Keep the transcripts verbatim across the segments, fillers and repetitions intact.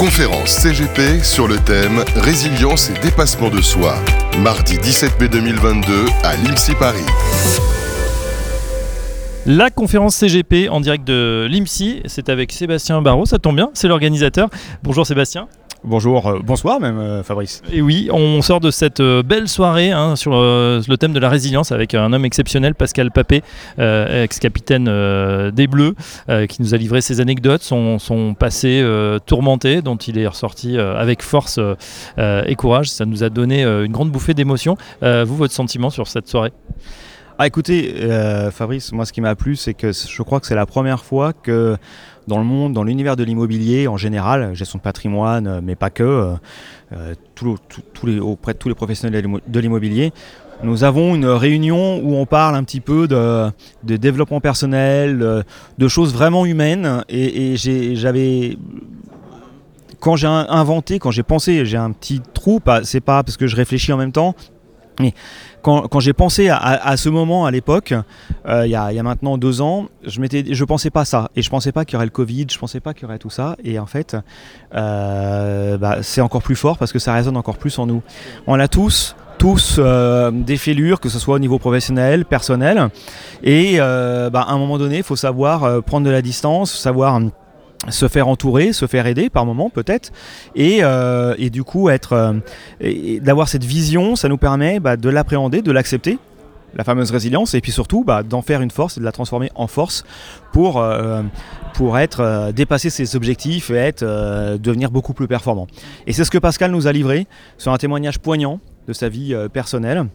Conférence C G P sur le thème « Résilience et dépassement de soi ». Mardi dix-sept mai deux mille vingt-deux à l'I M S I Paris. La conférence C G P en direct de l'I M S I, c'est avec Sébastien Barraud, ça tombe bien, c'est l'organisateur. Bonjour Sébastien. Bonjour, euh, bonsoir même euh, Fabrice. Et oui, on sort de cette euh, belle soirée hein, sur euh, le thème de la résilience avec un homme exceptionnel, Pascal Papé, euh, ex-capitaine euh, des Bleus, euh, qui nous a livré ses anecdotes, son, son passé euh, tourmenté, dont il est ressorti euh, avec force euh, et courage. Ça nous a donné euh, une grande bouffée d'émotion. Euh, vous, votre sentiment sur cette soirée ? Ah écoutez, euh, Fabrice, moi ce qui m'a plu, c'est que je crois que c'est la première fois que dans le monde, dans l'univers de l'immobilier en général, gestion de patrimoine, mais pas que, euh, tout, tout, tout les, auprès de tous les professionnels de l'immobilier, nous avons une réunion où on parle un petit peu de, de développement personnel, de, de choses vraiment humaines. Et, et j'ai, j'avais... Quand j'ai inventé, quand j'ai pensé, j'ai un petit trou, pas, c'est pas parce que je réfléchis en même temps, mais quand, quand j'ai pensé à, à, à ce moment à l'époque, euh, il y a, il y a maintenant deux ans, je m'étais, je pensais pas ça et je pensais pas qu'il y aurait le Covid, je pensais pas qu'il y aurait tout ça et en fait, euh, bah, c'est encore plus fort parce que ça résonne encore plus en nous. On l'a tous. tous euh, des fêlures, que ce soit au niveau professionnel, personnel et euh, bah, à un moment donné, il faut savoir euh, prendre de la distance, savoir se faire entourer, se faire aider par moment peut-être et, euh, et du coup être, euh, et d'avoir cette vision, ça nous permet bah, de l'appréhender, de l'accepter, la fameuse résilience et puis surtout bah, d'en faire une force et de la transformer en force pour, euh, pour être, euh, dépasser ses objectifs et être, euh, devenir beaucoup plus performant. Et c'est ce que Pascal nous a livré sur un témoignage poignant de sa vie euh, personnelle.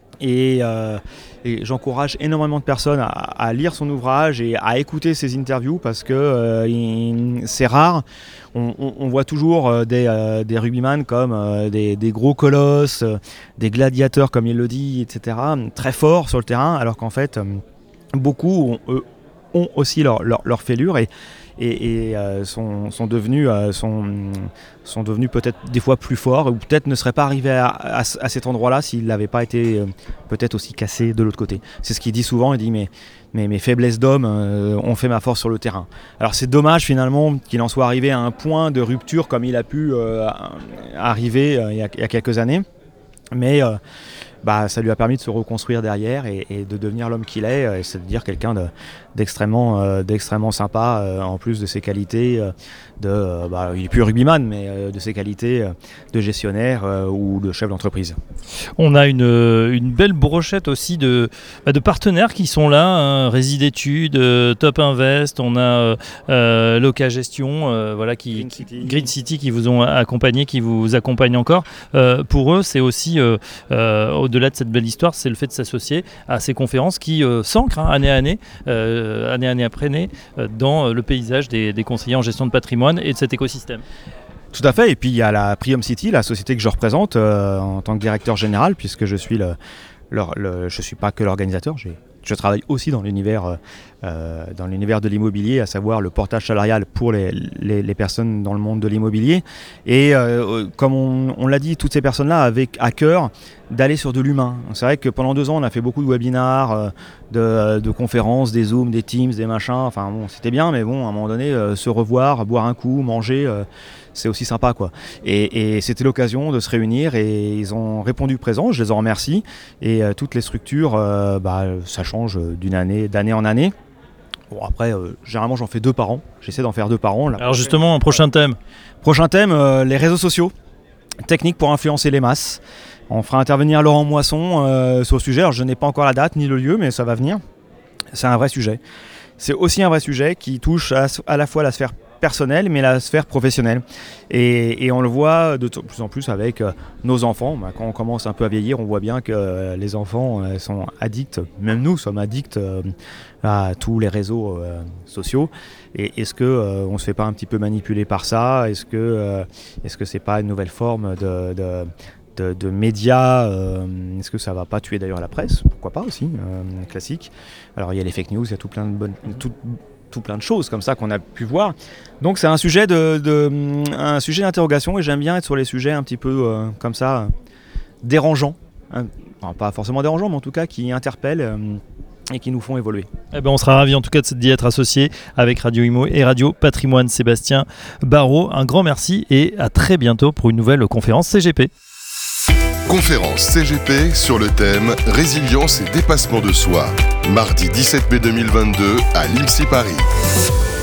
Et, euh, et j'encourage énormément de personnes à, à lire son ouvrage et à écouter ses interviews parce que euh, il, c'est rare. On, on, on voit toujours euh, des, euh, des rugbyman comme euh, des, des gros colosses, euh, des gladiateurs comme il le dit, et cetera, très forts sur le terrain, alors qu'en fait, euh, beaucoup ont, eux, ont aussi leur, leur, leur fêlure et, et, et euh, sont, sont devenus, euh, sont, sont devenus peut-être des fois plus forts ou peut-être ne seraient pas arrivés à, à, à cet endroit-là s'ils n'avaient pas été euh, peut-être aussi cassés de l'autre côté. C'est ce qu'il dit souvent, il dit mais, mais mes faiblesses d'homme euh, ont fait ma force sur le terrain. Alors c'est dommage finalement qu'il en soit arrivé à un point de rupture comme il a pu euh, arriver euh, il, y a, il y a quelques années, mais euh, bah, ça lui a permis de se reconstruire derrière et, et de devenir l'homme qu'il est, et c'est-à-dire quelqu'un de, d'extrêmement, euh, d'extrêmement sympa, euh, en plus de ses qualités, euh, de, euh, bah, il n'est plus rugbyman, mais euh, de ses qualités euh, de gestionnaire euh, ou de chef d'entreprise. On a une, une belle brochette aussi de, bah, de partenaires qui sont là, hein, Rési d'études, euh, Top Invest, on a euh, Loca Gestion, euh, voilà, qui, Green City. Green City qui vous ont accompagné, qui vous accompagnent encore. Euh, pour eux, c'est aussi, euh, euh, au-delà de cette belle histoire, c'est le fait de s'associer à ces conférences qui euh, s'ancrent hein, année à année, euh, année, année après année, euh, dans le paysage des, des conseillers en gestion de patrimoine et de cet écosystème. Tout à fait, et puis il y a la Prium City, la société que je représente euh, en tant que directeur général, puisque je suis le, le, le je suis pas que l'organisateur, j'ai, je travaille aussi dans l'univers, euh, dans l'univers de l'immobilier, à savoir le portage salarial pour les, les, les personnes dans le monde de l'immobilier. Et euh, comme on, on l'a dit, toutes ces personnes-là avaient à cœur d'aller sur de l'humain. C'est vrai que pendant deux ans, on a fait beaucoup de webinars, de, de conférences, des Zooms, des Teams, des machins. Enfin bon, c'était bien, mais bon, à un moment donné, euh, se revoir, boire un coup, manger, euh, c'est aussi sympa, quoi. Et, et c'était l'occasion de se réunir et ils ont répondu présent. Je les en remercie. Et euh, toutes les structures, euh, bah, ça change d'une année, d'année en année. Bon, après, euh, généralement, j'en fais deux par an. J'essaie d'en faire deux par an. Là. Alors justement, un prochain thème. Prochain thème, euh, les réseaux sociaux. Techniques pour influencer les masses. On fera intervenir Laurent Moisson euh, sur le sujet. Alors, je n'ai pas encore la date ni le lieu, mais ça va venir. C'est un vrai sujet. C'est aussi un vrai sujet qui touche à, à la fois la sphère personnelle, mais la sphère professionnelle. Et, et on le voit de t- plus en plus avec euh, nos enfants. Bah, quand on commence un peu à vieillir, on voit bien que euh, les enfants euh, sont addicts, même nous sommes addicts euh, à tous les réseaux euh, sociaux. Et est-ce que euh, on ne se fait pas un petit peu manipuler par ça ? Est-ce que euh, est-ce que c'est pas une nouvelle forme de, de De, de médias, euh, est-ce que ça va pas tuer d'ailleurs la presse ? Pourquoi pas aussi, euh, classique. Alors il y a les fake news, il y a tout plein de bonnes, tout, tout plein de choses comme ça qu'on a pu voir. Donc c'est un sujet de, de un sujet d'interrogation et j'aime bien être sur les sujets un petit peu euh, comme ça, euh, dérangeants, hein. Enfin, pas forcément dérangeants, mais en tout cas qui interpellent. Euh, et qui nous font évoluer. Eh ben, on sera ravis en tout cas d'y être associé avec Radio Imo et Radio Patrimoine. Sébastien Barraud, un grand merci et à très bientôt pour une nouvelle conférence C G P. Conférence C G P sur le thème Résilience et dépassement de soi. Mardi dix-sept mai deux mille vingt-deux à l'I M S I Paris.